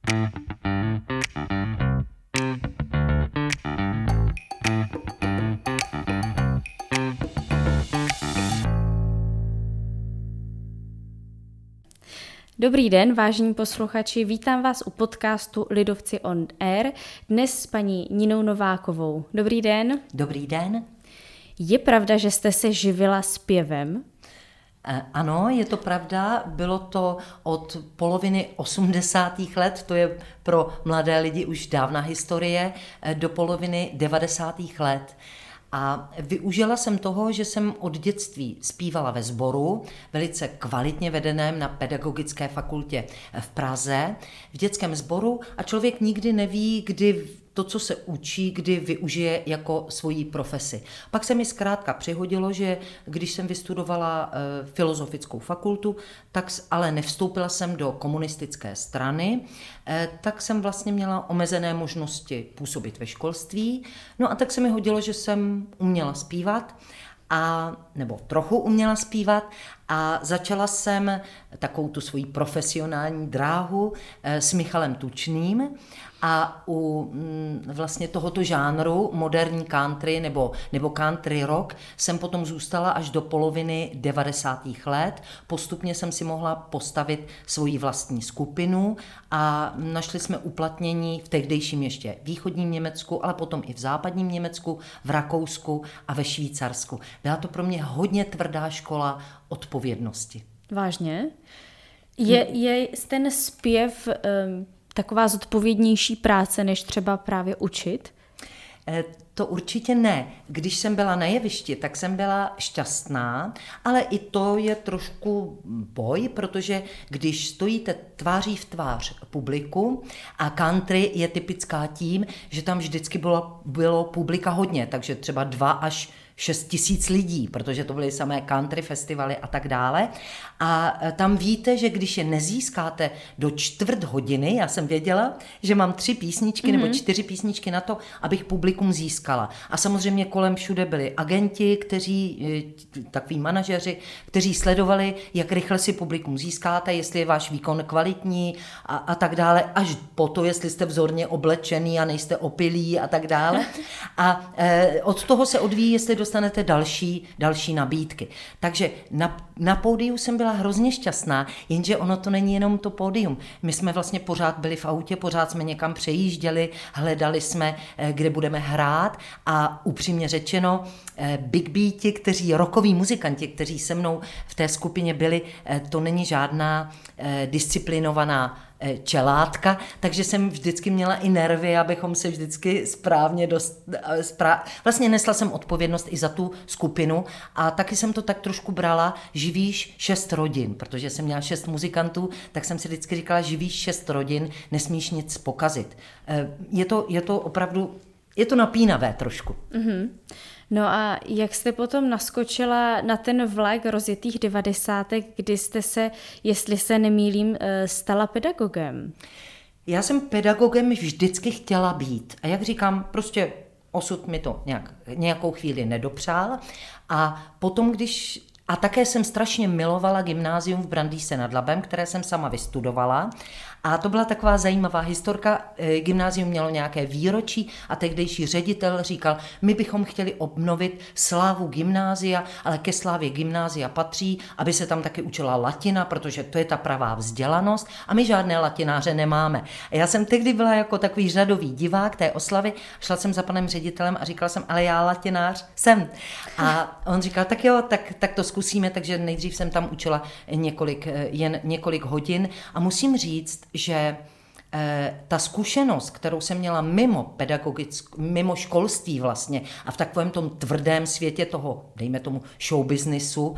Dobrý den, vážení posluchači, vítám vás u podcastu Lidovci on Air, dnes s paní Ninou Novákovou. Dobrý den. Dobrý den. Je pravda, že jste se živila zpěvem? Ano, je to pravda, bylo to od poloviny 80. let, to je pro mladé lidi už dávná historie, do poloviny 90. let. A využila jsem toho, že jsem od dětství zpívala ve sboru, velice kvalitně vedeném na Pedagogické fakultě v Praze, v dětském sboru, a člověk nikdy neví, kdy to, co se učí, kdy využije jako svoji profesi. Pak se mi zkrátka přihodilo, že když jsem vystudovala filozofickou fakultu, tak ale nevstoupila jsem do komunistické strany, tak jsem vlastně měla omezené možnosti působit ve školství. No a tak se mi hodilo, že jsem uměla zpívat, nebo trochu uměla zpívat, a začala jsem takovou tu svoji profesionální dráhu s Michalem Tučným. A u vlastně tohoto žánru moderní country nebo country rock jsem potom zůstala až do poloviny 90. let. Postupně jsem si mohla postavit svoji vlastní skupinu a našli jsme uplatnění v tehdejším ještě východním Německu, ale potom i v západním Německu, v Rakousku a ve Švýcarsku. Byla to pro mě hodně tvrdá škola odpovědnosti. Vážně? Je ten zpěv taková zodpovědnější práce, než třeba právě učit? To určitě ne. Když jsem byla na jevišti, tak jsem byla šťastná, ale i to je trošku boj, protože když stojíte tváří v tvář publiku, a country je typická tím, že tam vždycky bylo publika hodně, takže třeba 2 až 6 tisíc lidí, protože to byly samé country festivaly a tak dále. A tam víte, že když je nezískáte do 1/4 hodiny, já jsem věděla, že mám 3 písničky nebo 4 písničky na to, abych publikum získala. A samozřejmě kolem všude byli agenti, takový manažeři, kteří sledovali, jak rychle si publikum získáte, jestli je váš výkon kvalitní a tak dále, až po to, jestli jste vzorně oblečený a nejste opilí a tak dále. A od toho se odvíjí, jestli dostanete další nabídky. Takže na pódiu jsem byla hrozně šťastná, jenže ono to není jenom to pódium. My jsme vlastně pořád byli v autě, pořád jsme někam přejížděli, hledali jsme, kde budeme hrát, a upřímně řečeno, big beati, rockoví muzikanti, kteří se mnou v té skupině byli, to není žádná disciplinovaná čelátka, takže jsem vždycky měla i nervy, abychom se vždycky správně vlastně nesla jsem odpovědnost i za tu skupinu, a taky jsem to tak trošku brala, živíš 6 rodin, protože jsem měla 6 muzikantů, tak jsem si vždycky říkala, živíš 6 rodin, nesmíš nic pokazit. Je to opravdu, je to napínavé trošku. Mm-hmm. No a jak jste potom naskočila na ten vlak rozjetých 90, kdy jste se, jestli se nemýlím, stala pedagogem? Já jsem pedagogem vždycky chtěla být. A jak říkám, prostě osud mi to nějakou chvíli nedopřál. A potom, a také jsem strašně milovala gymnázium v Brandýse nad Labem, které jsem sama vystudovala. A to byla taková zajímavá historka. Gymnázium mělo nějaké výročí a tehdejší ředitel říkal, my bychom chtěli obnovit slávu gymnázia, ale ke slávě gymnázia patří, aby se tam taky učila latina, protože to je ta pravá vzdělanost, a my žádné latináře nemáme. A já jsem tehdy byla jako takový řadový divák té oslavy, šla jsem za panem ředitelem a říkala jsem, ale já latinář jsem. A on říkal, tak jo, tak to zkusíme, takže nejdřív jsem tam učila jen několik hodin, a musím říct, že ta zkušenost, kterou jsem měla mimo školství vlastně a v takovém tom tvrdém světě toho, dejme tomu, showbiznisu,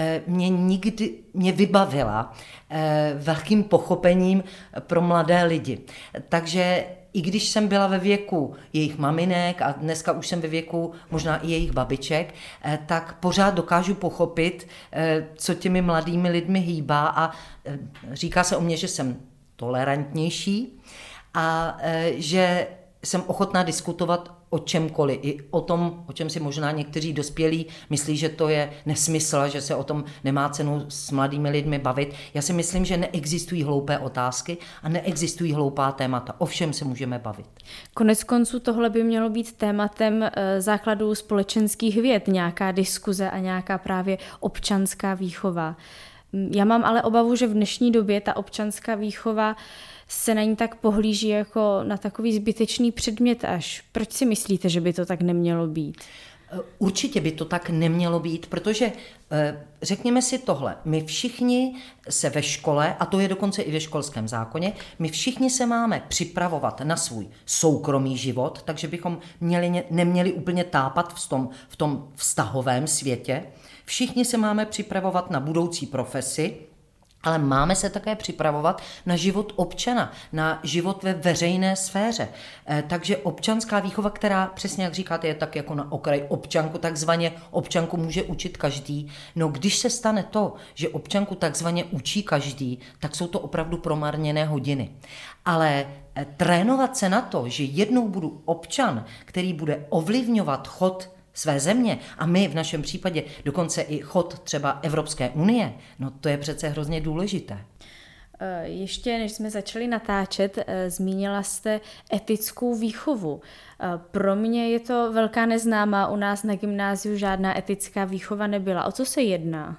mě vybavila velkým pochopením pro mladé lidi. Takže i když jsem byla ve věku jejich maminek a dneska už jsem ve věku možná i jejich babiček, tak pořád dokážu pochopit, co těmi mladými lidmi hýbá, a říká se o mně, že jsem tolerantnější a že jsem ochotná diskutovat o čemkoliv, i o tom, o čem si možná někteří dospělí myslí, že to je nesmysl, že se o tom nemá cenu s mladými lidmi bavit. Já si myslím, že neexistují hloupé otázky a neexistují hloupá témata. O všem se můžeme bavit. Konec konců tohle by mělo být tématem základů společenských věd, nějaká diskuze a nějaká právě občanská výchova. Já mám ale obavu, že v dnešní době ta občanská výchova se na ní tak pohlíží jako na takový zbytečný předmět až. Proč si myslíte, že by to tak nemělo být? Určitě by to tak nemělo být, protože řekněme si tohle, my všichni se ve škole, a to je dokonce i ve školském zákoně, my všichni se máme připravovat na svůj soukromý život, takže bychom neměli úplně tápat v tom vztahovém světě. Všichni se máme připravovat na budoucí profesi, ale máme se také připravovat na život občana, na život ve veřejné sféře. Takže občanská výchova, která přesně jak říkáte, je tak jako na okraj občanku, takzvaně občanku může učit každý. No když se stane to, že občanku takzvaně učí každý, tak jsou to opravdu promarněné hodiny. Ale trénovat se na to, že jednou budu občan, který bude ovlivňovat chod své země a my v našem případě dokonce i chod třeba Evropské unie, no to je přece hrozně důležité. Ještě než jsme začali natáčet, zmínila jste etickou výchovu. Pro mě je to velká neznámá, u nás na gymnáziu žádná etická výchova nebyla. O co se jedná?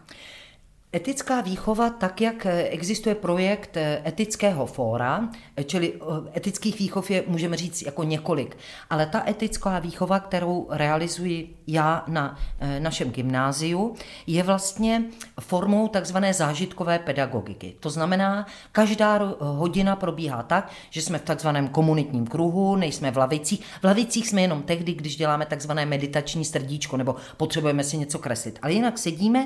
Etická výchova, tak jak existuje projekt etického fóra, čili etických výchov je, můžeme říct, jako několik, ale ta etická výchova, kterou realizuji já na našem gymnáziu, je vlastně formou takzvané zážitkové pedagogiky. To znamená, každá hodina probíhá tak, že jsme v takzvaném komunitním kruhu, nejsme v lavicích. V lavicích jsme jenom tehdy, když děláme takzvané meditační srdíčko nebo potřebujeme si něco kreslit. Ale jinak sedíme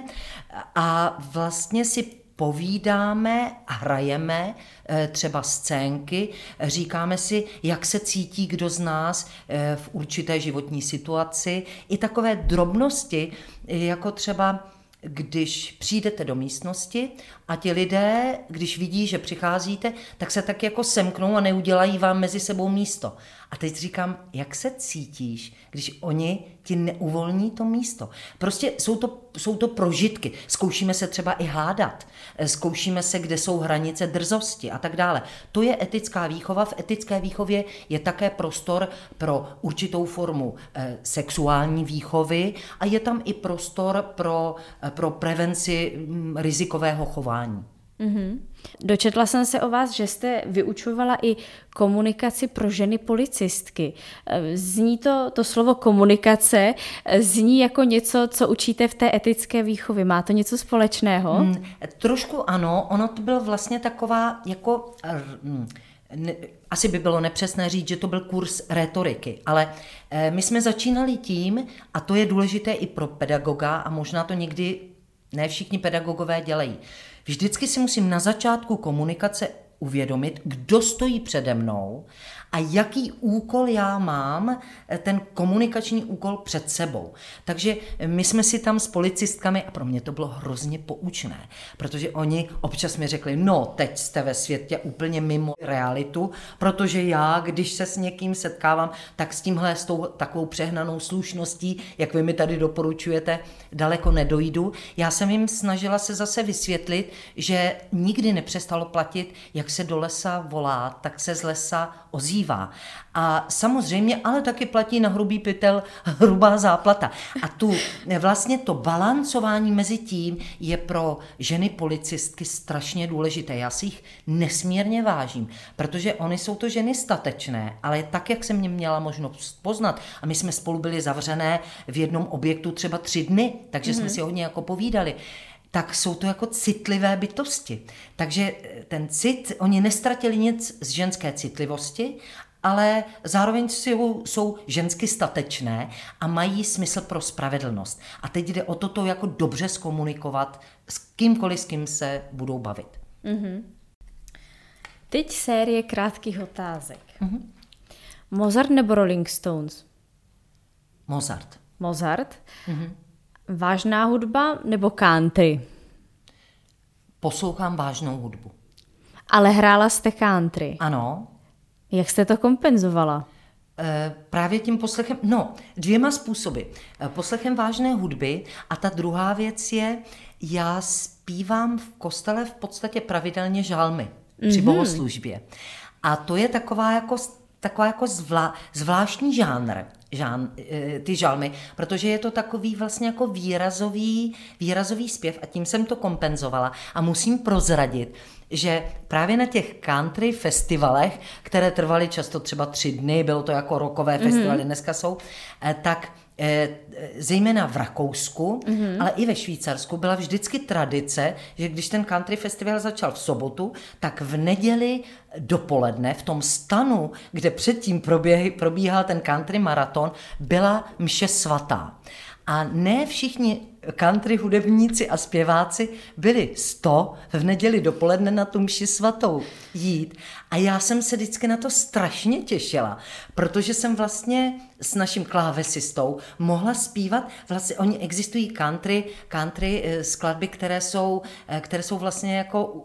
a vlastně si povídáme a hrajeme třeba scénky, říkáme si, jak se cítí kdo z nás v určité životní situaci. I takové drobnosti, jako třeba když přijdete do místnosti a ti lidé, když vidí, že přicházíte, tak se tak jako semknou a neudělají vám mezi sebou místo. A teď říkám, jak se cítíš, když oni ti neuvolní to místo. Prostě jsou to prožitky. Zkoušíme se třeba i hádat. Zkoušíme se, kde jsou hranice drzosti a tak dále. To je etická výchova. V etické výchově je také prostor pro určitou formu sexuální výchovy a je tam i prostor pro prevenci rizikového chování. Mm-hmm. Dočetla jsem se o vás, že jste vyučovala i komunikaci pro ženy policistky. Zní to slovo komunikace, zní jako něco, co učíte v té etické výchově. Má to něco společného? Trošku ano, ono to bylo vlastně taková jako... asi by bylo nepřesné říct, že to byl kurz rétoriky, ale my jsme začínali tím, a to je důležité i pro pedagoga, a možná to někdy ne všichni pedagogové dělají. Vždycky si musím na začátku komunikace uvědomit, kdo stojí přede mnou a jaký úkol já mám, ten komunikační úkol před sebou. Takže my jsme si tam s policistkami, a pro mě to bylo hrozně poučné, protože oni občas mi řekli, no teď jste ve světě úplně mimo realitu, protože já, když se s někým setkávám, tak s tímhle, s tou takovou přehnanou slušností, jak vy mi tady doporučujete, daleko nedojdu. Já jsem jim snažila se zase vysvětlit, že nikdy nepřestalo platit, jak se do lesa volá, tak se z lesa ozývá. A samozřejmě, ale taky platí na hrubý pytel hrubá záplata. A vlastně to balancování mezi tím je pro ženy policistky strašně důležité. Já si jich nesmírně vážím, protože oni jsou to ženy statečné, ale tak, jak jsem mě měla možnost poznat, a my jsme spolu byli zavřené v jednom objektu třeba 3 dny, takže jsme si hodně jako povídali, tak jsou to jako citlivé bytosti. Takže ten cit, oni nestratili nic z ženské citlivosti, ale zároveň jsou žensky statečné a mají smysl pro spravedlnost. A teď jde o to jako dobře zkomunikovat s kýmkoliv, s kým se budou bavit. Mm-hmm. Teď série krátkých otázek. Mm-hmm. Mozart nebo Rolling Stones? Mozart. Mozart? Mm-hmm. Vážná hudba nebo country? Poslouchám vážnou hudbu. Ale hrála jste country? Ano. Jak jste to kompenzovala? Právě tím poslechem, dvěma způsoby. Poslechem vážné hudby a ta druhá věc je, já zpívám v kostele v podstatě pravidelně žalmy při bohoslužbě. A to je taková jako zvláštní žánr, ty žalmy, protože je to takový vlastně jako výrazový zpěv a tím jsem to kompenzovala. A musím prozradit, že právě na těch country festivalech, které trvaly často třeba 3 dny, bylo to jako rockové festivaly, dneska jsou, tak zejména v Rakousku, ale i ve Švýcarsku byla vždycky tradice, že když ten country festival začal v sobotu, tak v neděli dopoledne v tom stanu, kde předtím probíhal ten country maraton, byla mše svatá. A ne všichni country hudebníci a zpěváci byli 100 v neděli dopoledne na tu mši svatou jít. A já jsem se vždycky na to strašně těšila, protože jsem vlastně s naším klávesistou mohla zpívat, vlastně oni existují country skladby, které jsou vlastně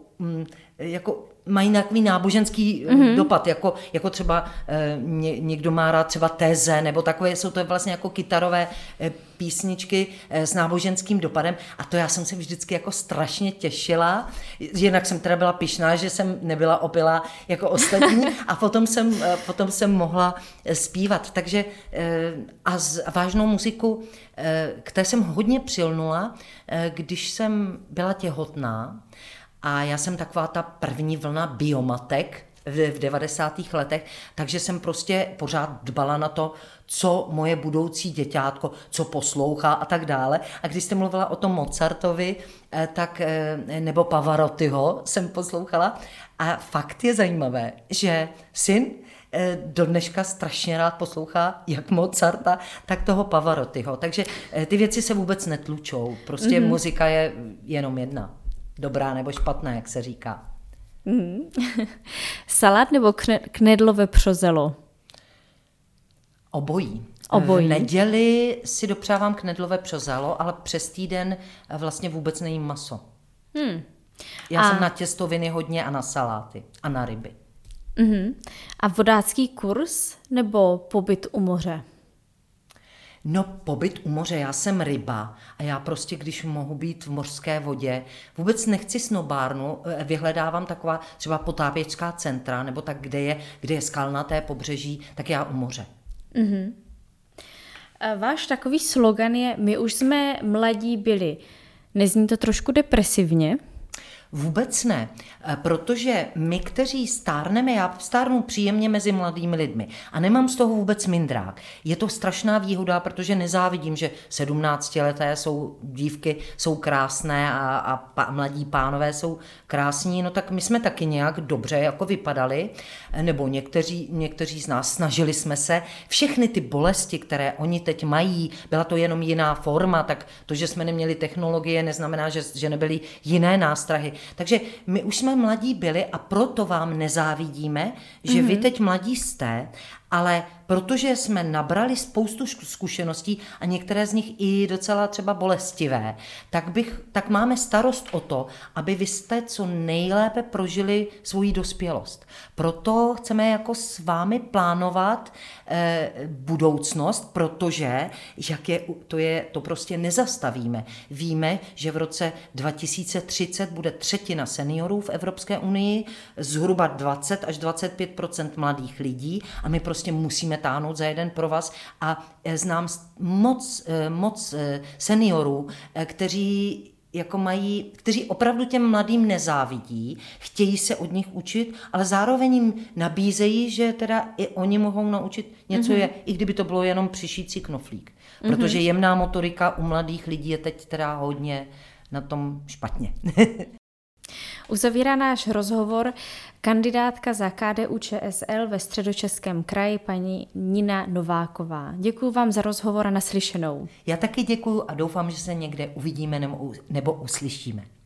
jako mají takový náboženský dopad, jako třeba někdo má rád třeba Teze, nebo takové, jsou to vlastně jako kytarové písničky s náboženským dopadem a to já jsem se vždycky jako strašně těšila, jinak jsem teda byla pyšná, že jsem nebyla opilá jako ostatní a potom jsem mohla zpívat, takže a vážnou muziku, k té jsem hodně přilnula, když jsem byla těhotná. A já jsem taková ta první vlna biomatek v 90. letech, takže jsem prostě pořád dbala na to, co moje budoucí děťátko, co poslouchá a tak dále. A když jste mluvila o tom Mozartovi, tak, nebo Pavarottiho jsem poslouchala. A fakt je zajímavé, že syn do dneška strašně rád poslouchá jak Mozarta, tak toho Pavarottiho. Takže ty věci se vůbec netlučou. Prostě muzika je jenom jedna. Dobrá nebo špatná, jak se říká. Salát nebo knedlové přozelo? Obojí. V neděli si dopřávám knedlové přozelo, ale přes týden vlastně vůbec nejím maso. Já jsem na těstoviny hodně a na saláty a na ryby. A vodácký kurz nebo pobyt u moře? No, pobyt u moře, já jsem ryba a já prostě, když mohu být v mořské vodě, vůbec nechci snobárnu, vyhledávám taková třeba potápěčská centra, nebo tak, kde je skalnaté pobřeží, tak já u moře. Váš takový slogan je, my už jsme mladí byli. Nezní to trošku depresivně? Vůbec ne, protože my, kteří stárneme, já stárnu příjemně mezi mladými lidmi a nemám z toho vůbec mindrák. Je to strašná výhoda, protože nezávidím, že 17leté dívky jsou krásné a mladí pánové jsou krásní, no tak my jsme taky nějak dobře jako vypadali, nebo někteří z nás snažili jsme se. Všechny ty bolesti, které oni teď mají, byla to jenom jiná forma, tak to, že jsme neměli technologie, neznamená, že nebyly jiné nástrahy. Takže my už jsme mladí byli a proto vám nezávidíme, že vy teď mladí jste, ale protože jsme nabrali spoustu zkušeností a některé z nich i docela třeba bolestivé, tak máme starost o to, aby vy jste co nejlépe prožili svoji dospělost. Proto chceme jako s vámi plánovat budoucnost, protože to prostě nezastavíme. Víme, že v roce 2030 bude 1/3 seniorů v Evropské unii, zhruba 20 až 25% mladých lidí a my prostě musíme táhnout za jeden provaz a znám moc seniorů, kteří opravdu těm mladým nezávidí, chtějí se od nich učit, ale zároveň jim nabízejí, že teda i oni mohou naučit něco, i kdyby to bylo jenom přišít si knoflík. Protože jemná motorika u mladých lidí je teď teda hodně na tom špatně. Uzavírá náš rozhovor kandidátka za KDU-ČSL ve Středočeském kraji paní Nina Nováková. Děkuji vám za rozhovor a naslyšenou. Já taky děkuji a doufám, že se někde uvidíme nebo uslyšíme.